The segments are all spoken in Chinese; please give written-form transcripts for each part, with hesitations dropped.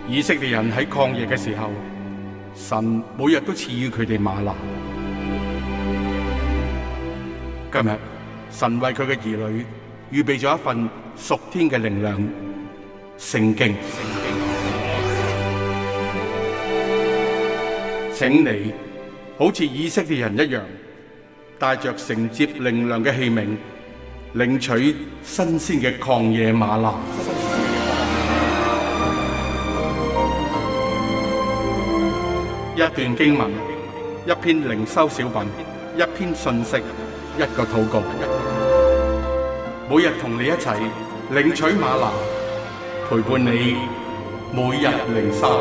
以色列人喺曠野嘅時候，神每日都賜予佢哋嗎哪。今日神為佢嘅兒女預備咗一份屬天嘅靈糧——聖經。請你好似以色列人一樣，帶着承接靈糧嘅器皿，領取新鮮嘅曠野嗎哪。一段經文，一篇靈修小品，一篇信息，一個禱告。每日同你一齊領取嗎哪，陪伴你每日靈修。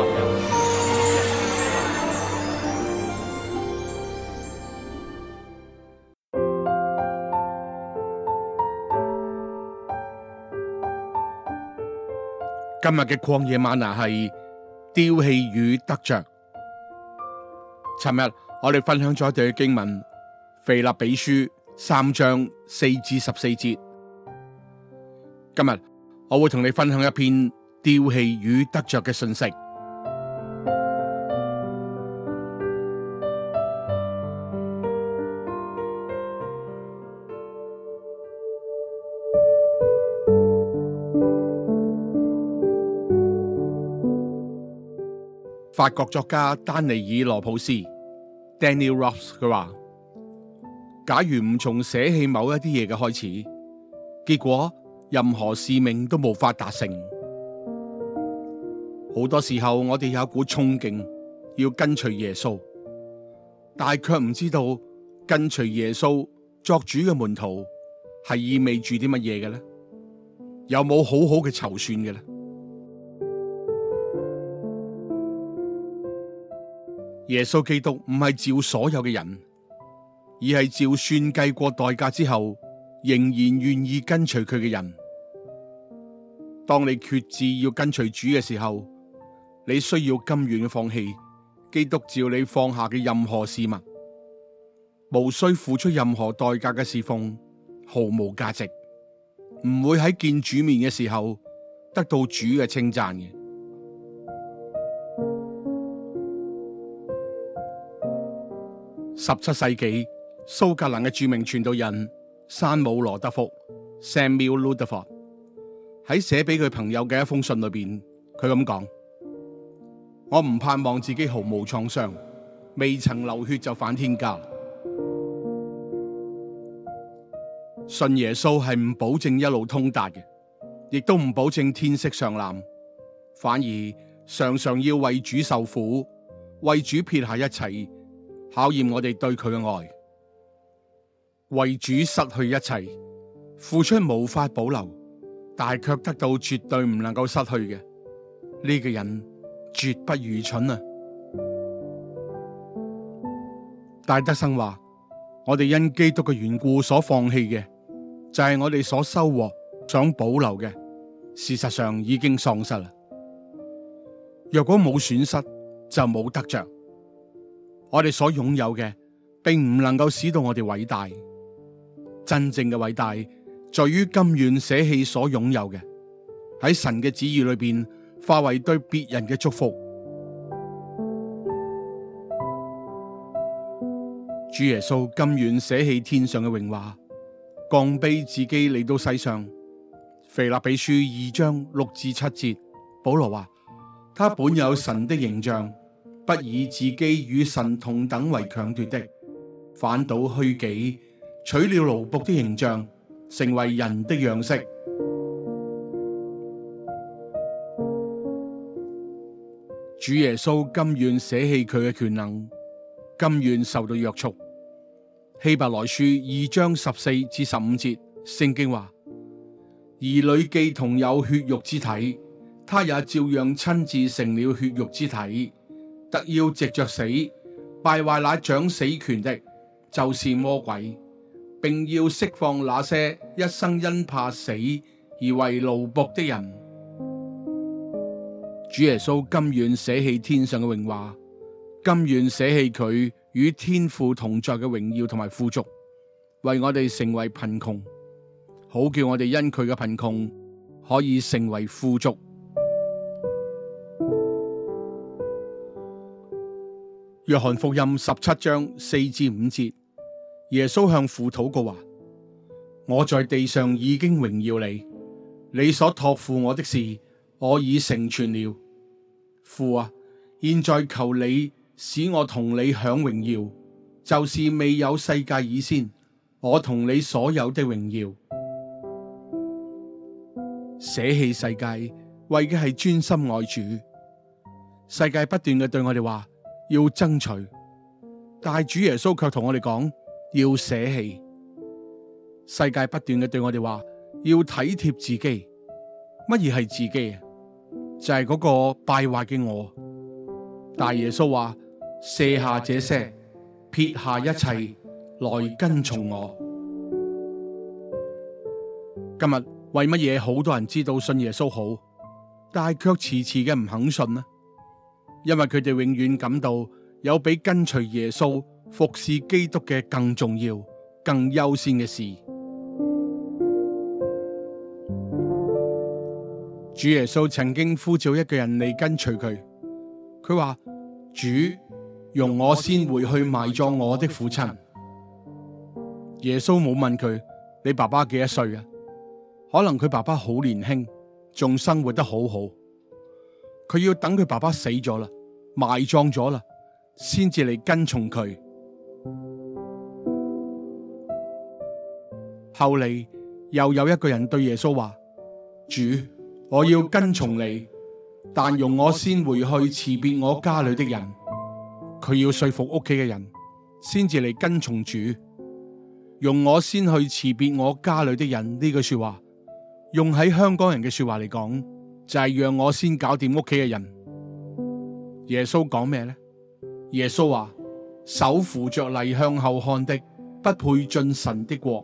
今日嘅曠野嗎哪係丟棄與得着。尋日我哋分享咗一段經文，腓立比書3章4至14節。今日我會同你分享一篇丟棄與得着嘅信息。法國作家丹尼爾羅普斯 Daniel Rops 佢話：假如唔從捨棄某一啲嘢嘅開始，結果任何使命都無法達成。好多時候我哋有一股衝勁要跟隨耶穌，但係卻唔知道跟隨耶穌作主嘅門徒係意味住啲乜嘢嘅咧？有冇好好嘅籌算嘅咧？耶穌基督唔係召所有嘅人，而係召算計過代價之後仍然願意跟隨佢嘅人。當你決志要跟隨主嘅時候，你需要甘願嘅放棄基督召你放下嘅任何事物，無需付出任何代價嘅侍奉，毫無價值，唔會喺見主面嘅時候得到主嘅稱讚嘅。17世紀蘇格蘭嘅著名傳道人山姆羅德福 Samuel Rutherford 喺寫俾佢朋友嘅一封信裏邊，佢咁講：我唔盼望自己毫無創傷，未曾流血就返天家。信耶穌係唔保證一路通達嘅，亦都唔保證天色常藍，反而常常要為主受苦，為主撇下一切，考驗我哋對佢嘅愛。為主失去一切，付出無法保留，但係卻得到絕對唔能夠失去嘅，呢個人絕不愚蠢啊！戴德生話：我哋因基督嘅緣故所放棄嘅，就係我哋所收穫、想保留嘅，事實上已經喪失啦。若果冇損失，就冇得着。我哋所擁有嘅，並唔能夠使到我哋偉大。真正嘅偉大，在於甘願捨棄所擁有嘅，喺神嘅旨意裏邊化為對別人嘅祝福。主耶穌甘願捨棄天上嘅榮華，降卑自己嚟到世上。腓立比書2章6至7節，保羅話：他本有神的形象，不以自己與神同等為強奪的，反倒虛己，取了奴僕的形象，成為人的樣式。主耶穌甘願捨棄佢嘅權能，甘願受到約束。希伯來書2章14至15節，聖經話：兒女既同有血肉之體，他也照樣親自成了血肉之體，特要藉着死敗壞那掌死權的，就是魔鬼，並要釋放那些一生因怕死而為奴僕的人。主耶穌甘願捨棄天上嘅榮華，甘願捨棄佢與天父同在嘅榮耀同埋富足，為我哋成為貧窮，好叫我哋因佢嘅貧窮可以成為富足。 約翰福音17章4至5節，耶穌向父禱告話：我在地上已經榮耀你，你所託付我的事，我已成全了。父啊，現在求你使我同你享榮耀，就是未有世界以先，我同你所有的榮耀。捨棄世界，為嘅係專心愛主。世界不斷嘅對我哋話要爭取，但係主耶穌卻同我哋講要捨棄。世界不斷嘅對我哋話要體貼自己。乜嘢係自己啊？就係嗰個敗壞嘅我。但耶穌話卸下這些，撇下一切，來跟從我。今日為乜嘢好多人知道信耶穌好，但係卻遲遲嘅唔肯信呢？因為佢哋永遠感到有比跟隨耶穌服侍基督嘅更重要、更優先嘅事。主耶穌曾經呼召一個人嚟跟隨佢，佢話：主，容我先回去埋葬我的父親。耶穌冇問佢：你爸爸幾多歲啊？可能佢爸爸好年輕，仲生活得好好。佢要等佢爸爸死咗啦，埋葬咗啦，先至嚟跟從佢。後嚟又有一個人對耶穌話：主，我要跟從你，但容我先回去辭別我家裏的人。佢要說服屋企嘅人，先至嚟跟從主。容我先去辭別我家裏的人，呢句說話，用喺香港人嘅說話嚟講，就係讓我先搞掂屋企嘅人。耶穌講咩呢？耶穌話：手扶着犁向後看的，不配進神的國。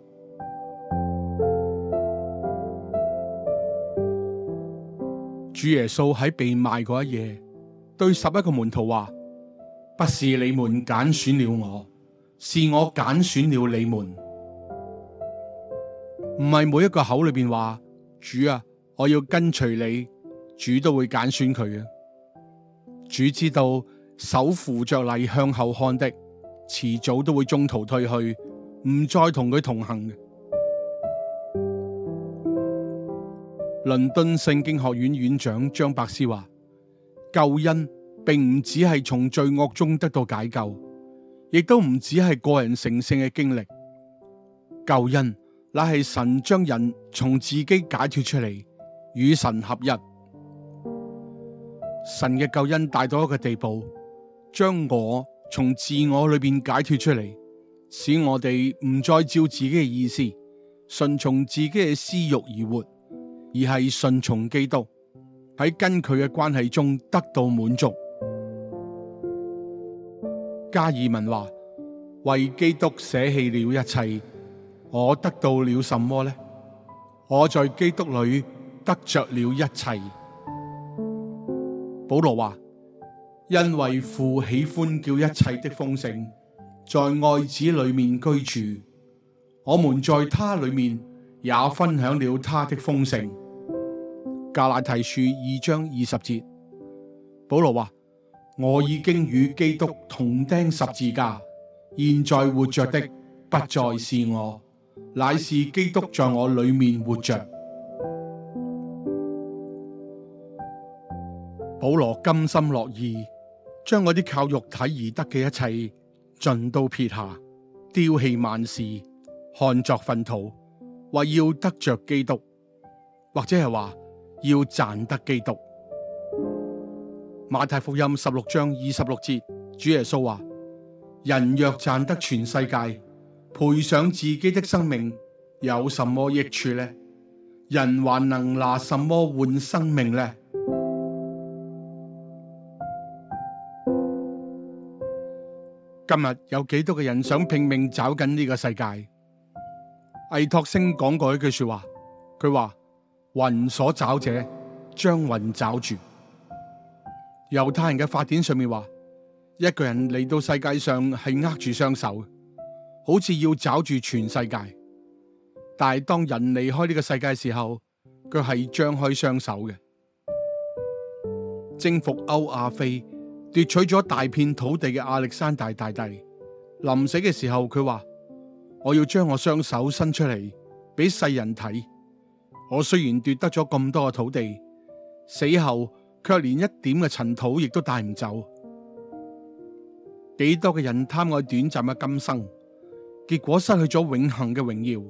主耶穌喺被賣嗰一夜，對11個門徒話：不是你們揀選了我，是我揀選了你們。唔係每一個口裏邊話主啊，我要跟隨你，主都會揀選佢嘅。主知道手扶着犁向後看的，遲早都會中途退去，唔再同佢同行嘅。倫敦聖經學院院長張伯斯話：救恩並唔只係從罪惡中得到解救，亦都唔只係個人成聖嘅經歷。救恩乃係神將人從自己解脫出嚟，與神合一。神嘅救恩大到一個地步，將我從自我裏邊解脫出嚟，使我哋唔再照自己嘅意思，順從自己嘅私欲而活，而係順從基督，喺跟佢嘅關係中得到滿足。加爾文話：為基督捨棄了一切，我得到了什麼呢？我在基督裏得着了一切。保羅話：因為父喜歡叫一切的豐盛在愛子裏面居住，我們在他裏面也分享了他的豐盛。加拉太書2章20節，保羅話：我已經與基督同釘十字架，現在活着的不再是我，乃是基督在我裏面活着。保羅甘心樂意將嗰啲靠肉體而得嘅一切盡都撇下，丟棄萬事，看作糞土，為要得着基督，或者係話要賺得基督。馬太福音16章26節，主耶穌話：人若賺得全世界，賠上自己的生命，有什麼益處呢？人還能拿什麼換生命呢？今日有幾多個人想拼命找緊呢個世界？倪柝聲講過一句說話，佢話：雲所找者，將雲找住。猶太人嘅法典上面話，一個人嚟到世界上係握住雙手，好似要找住全世界。但係當人離開呢個世界嘅時候，佢係張開雙手嘅。征服歐亞非奪取咗大片土地嘅亞歷山大大帝，臨死嘅時候佢話：我要將我雙手伸出嚟俾世人睇。我雖然奪得咗咁多嘅土地，死後卻連一點嘅塵土亦都帶唔走。幾多嘅人貪愛短暫嘅今生，結果失去咗永恆嘅榮耀。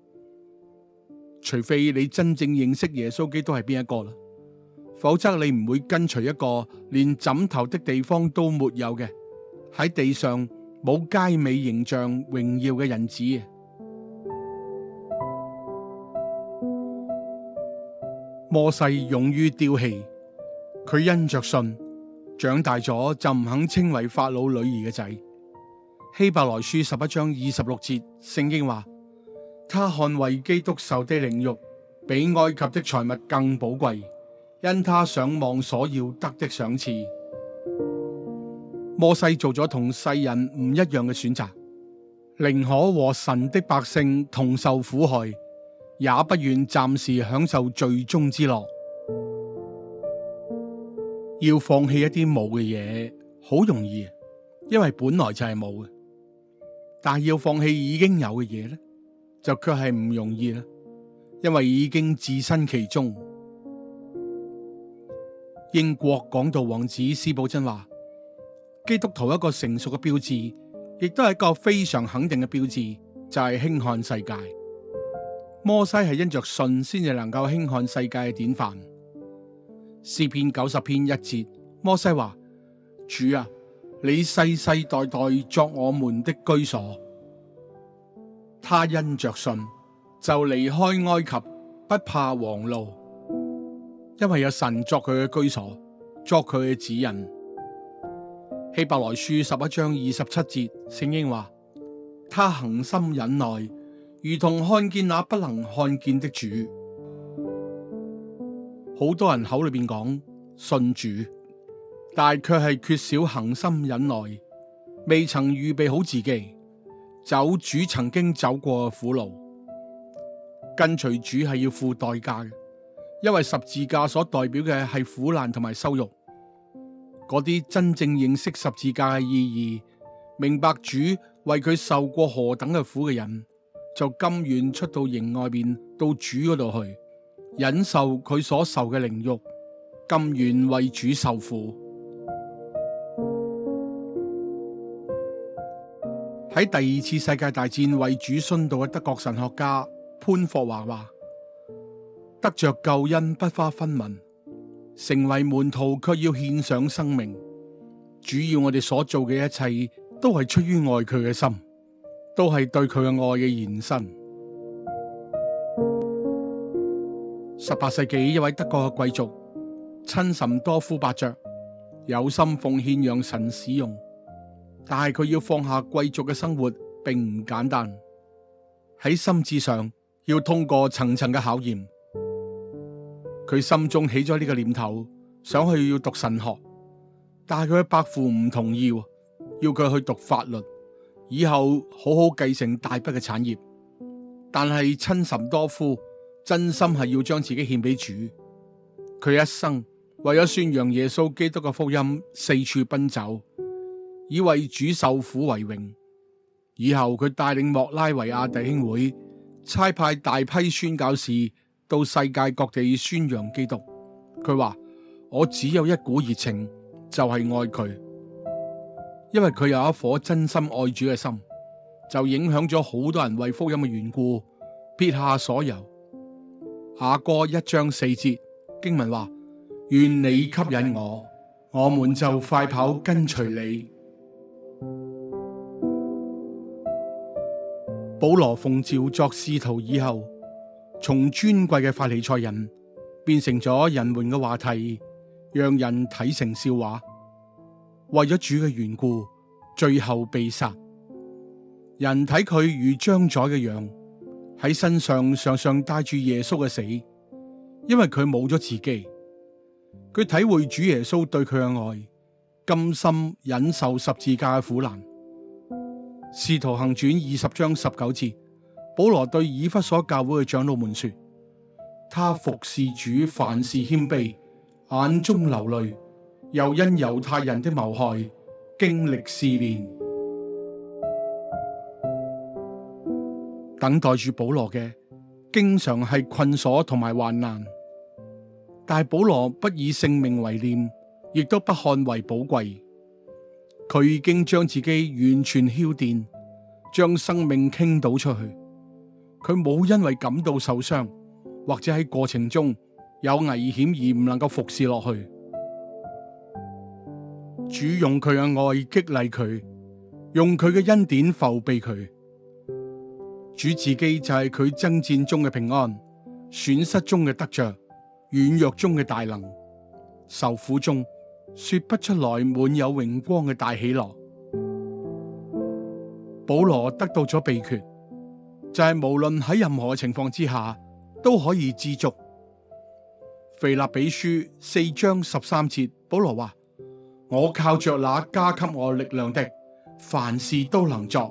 除非你真正認識耶穌基督係邊一個啦，否則你唔會跟隨一個連枕頭的地方都沒有嘅，喺地上冇佳美形象榮耀嘅人子。摩西勇於丟棄，佢因着信長大咗就唔肯稱為法老女兒嘅仔。希伯來書11章26節，聖經話：他看為基督受的凌辱，比埃及的財物更寶貴，因他想望所要得的賞賜。摩西做咗同世人唔一樣嘅選擇，寧可和神的百姓同受苦害，也不願暫時享受罪中之樂。要放棄一啲冇嘅嘢，好容易，因為本來就係冇嘅。但係要放棄已經有嘅嘢咧，就卻係唔容易啦，因為已經置身其中。英國講道王子司布真話：基督徒一個成熟嘅標誌，亦都係一個非常肯定嘅標誌，就係輕看世界。摩西係因着信先至能夠輕看世界嘅典範。詩篇90篇1節，摩西話：主啊，你世世代代作我們的居所。他因着信就離開埃及，不怕王怒，因為有神作佢嘅居所，作佢嘅指引。希伯來書11章27節，聖經話：他恆心忍耐，如同看見那不能看見的主。好多人口裏邊講信主，但係卻係缺少恆心忍耐，未曾預備好自己走主曾經走過嘅苦路。跟隨主係要付代價嘅，因為十字架所代表嘅係苦難同埋羞辱。嗰啲真正認識十字架嘅意義，明白主為佢受過何等嘅苦嘅人，就甘願出到營外邊，到主嗰度去忍受佢所受嘅凌辱，甘願為主受苦。喺第二次世界大戰為主殉道嘅德國神學家潘霍華話：得着救恩不花分文，成為門徒卻要獻上生命。主要我哋所做嘅一切都係出於愛佢嘅心，都係對佢嘅愛嘅延伸。18世紀一位德國嘅貴族親什多夫伯爵有心奉獻讓神使用，但係佢要放下貴族嘅生活並唔簡單，喺心智上要通過層層嘅考驗。佢心中起咗呢個念頭，想去要讀神學，但係佢嘅伯父唔同意，要佢去讀法律，以後好好繼承大筆嘅產業。但係親什多夫真心係要將自己獻俾主，佢一生為咗宣揚耶穌基督嘅福音，四處奔走，以為主受苦為榮。以後佢帶領莫拉維亞弟兄會，差派大批宣教士到世界各地宣揚基督。佢話：我只有一股熱情，就係愛佢，因為佢有一顆真心愛主嘅心，就影響咗好多人為福音嘅緣故，撇下所有。雅歌1章4節經文話：願你吸引我，我們就快跑跟隨你。保羅奉召作使徒以後，從尊貴嘅法利賽人變成咗人們嘅話題，讓人睇成笑話。為咗主嘅緣故，最後被殺。人睇佢如將宰嘅羊，喺身上常常帶住耶穌嘅死，因為佢冇咗自己。佢體會主耶穌對佢嘅愛，甘心忍受十字架嘅苦難。使徒行傳20章19節，保羅對以弗所教會嘅長老們說：他服侍主，凡事謙卑，眼中流淚， 又因猶太人的謀害經歷試煉。等待住保羅嘅，經常係困鎖同埋患難，但係保羅不以性命為念，亦都不看為寶貴。佢已經將自己完全澆奠，將生命傾倒出去。佢冇因為感到受傷，或者喺過程中有危險而唔能夠服侍落去。主用佢嘅愛激勵佢，用佢嘅恩典覆庇佢。主自己就係佢爭戰中嘅平安，損失中嘅得着，軟弱中嘅大能，受苦中說不出來滿有榮光嘅大喜樂。保羅得到咗秘訣，就係無論喺任何情況之下都可以知足。腓立比書4章13節，保羅話：我靠着那加給我力量的，凡事都能作。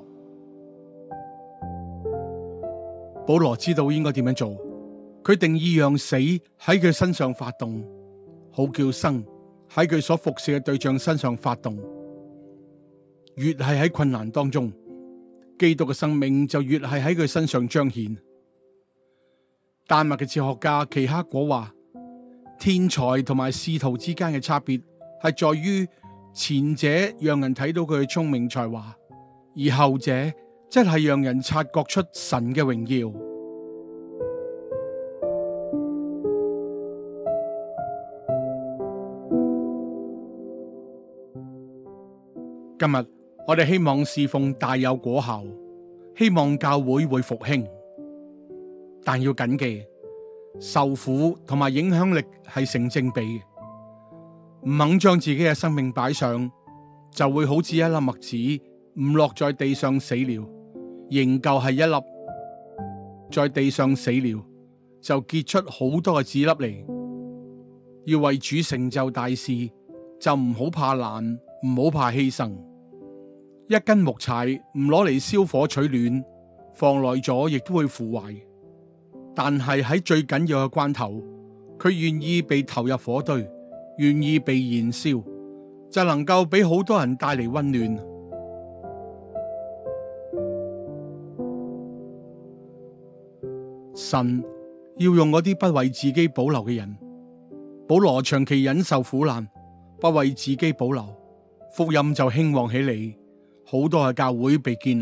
保羅知道應該點樣做，佢定意讓死喺佢身上發動，好叫生喺佢所服侍嘅對象身上發動。越係喺困難當中，基督嘅生命就越係喺佢身上彰顯。丹麥嘅哲學家奇克果話：天才同埋使徒之間嘅差別係在於前者讓人睇到佢嘅聰明才華，而後者即係讓人察覺出神嘅榮耀。今日我哋希望侍奉大有果效，希望教會會復興，但要謹記，受苦同埋影響力係成正比嘅。唔肯將自己嘅生命擺上，就會好似一粒麥子唔落在地上死了，仍舊係一粒；在地上死了，就結出好多嘅子粒嚟。要為主成就大事，就唔好怕難，唔好怕犧牲。一根木柴唔攞嚟燒火取暖，放耐咗亦都會腐壞。但係喺最緊要嘅關頭，佢願意被投入火堆，願意被燃燒，就能夠俾好多人帶嚟溫暖。神要用嗰啲不為自己保留嘅人。保羅長期忍受苦難，不為自己保留，福音就興旺起嚟，好多嘅教會被建立。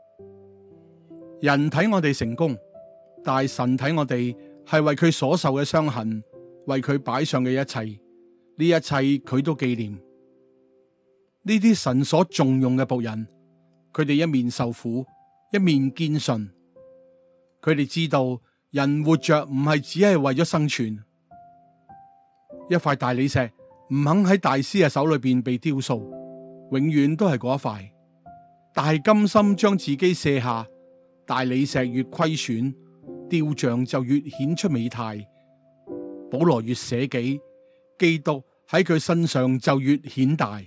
人睇我哋成功，但係神睇我哋係為佢所受嘅傷痕，為佢擺上嘅一切，呢一切佢都紀念。呢啲神所重用嘅僕人，佢哋一面受苦，一面堅信。佢哋知道人活着唔係只係為咗生存。一塊大理石唔肯喺大師嘅手裏邊被雕塑，永遠都係嗰一塊。但係甘心將自己卸下，大理石越虧損，雕像就越顯出美態。保羅越捨己，基督喺佢身上就越顯大。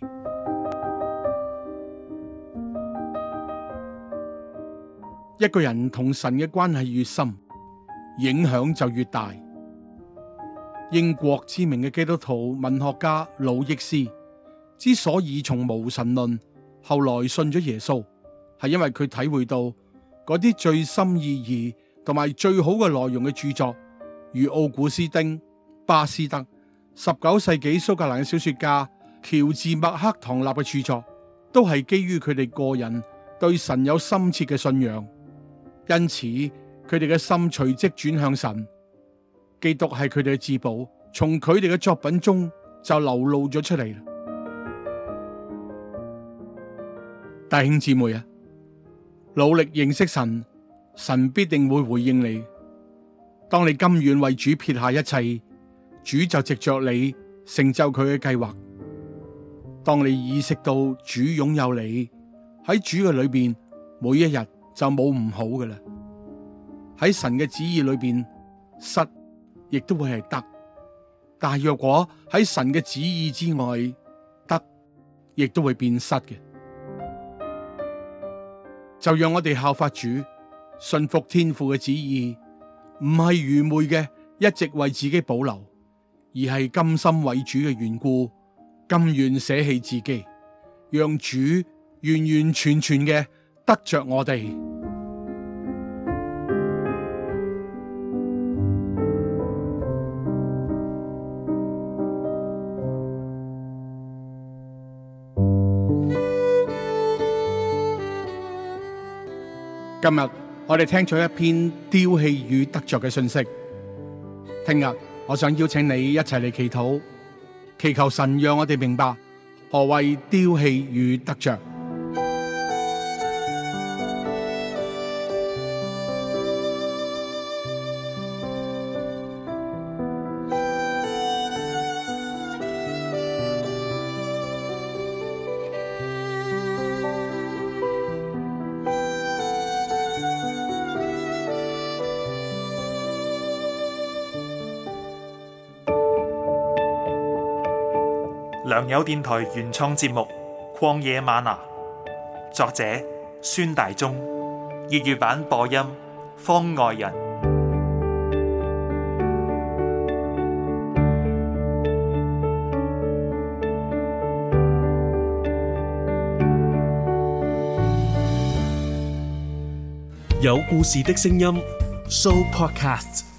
一個人同神嘅關係越深，影響就越大。英國知名嘅基督徒文學家魯益斯之所以從無神論後來信咗耶穌，係因為佢體會到嗰啲最深意義同埋最好嘅內容嘅著作，如奧古斯丁、巴斯德、19世紀蘇格蘭嘅小說家喬治麥克唐納嘅著作，都係基於佢哋個人對神有深切嘅信仰，因此佢哋嘅心隨即轉向神。基督係佢哋嘅至寶，從佢哋嘅作品中就流露咗出嚟。弟兄姊妹啊，努力認識神，神必定會回應你。當你甘願為主撇下一切，主就藉着你成就佢嘅計劃。當你意識到主擁有你，喺主嘅裏邊，每一日就冇唔好㗎喇。喺神嘅旨意裏邊，失亦都會係得，但係若果喺神嘅旨意之外，得亦都會變失嘅。就讓我哋效法主，信服天父嘅旨意，唔係愚昧嘅一直為自己保留，而係甘心為主嘅緣故， 甘願捨棄自己，讓主完完全全嘅得着我哋。今日我哋聽咗一篇丟棄與得着嘅信息，聽日我想邀請你一齊嚟祈禱，祈求神讓我哋明白何謂丟棄與得着。 良友電台原創節目《曠野嗎哪》，作者孫大中，粵語版播音方外人， 有故事的聲音 Show Podcast。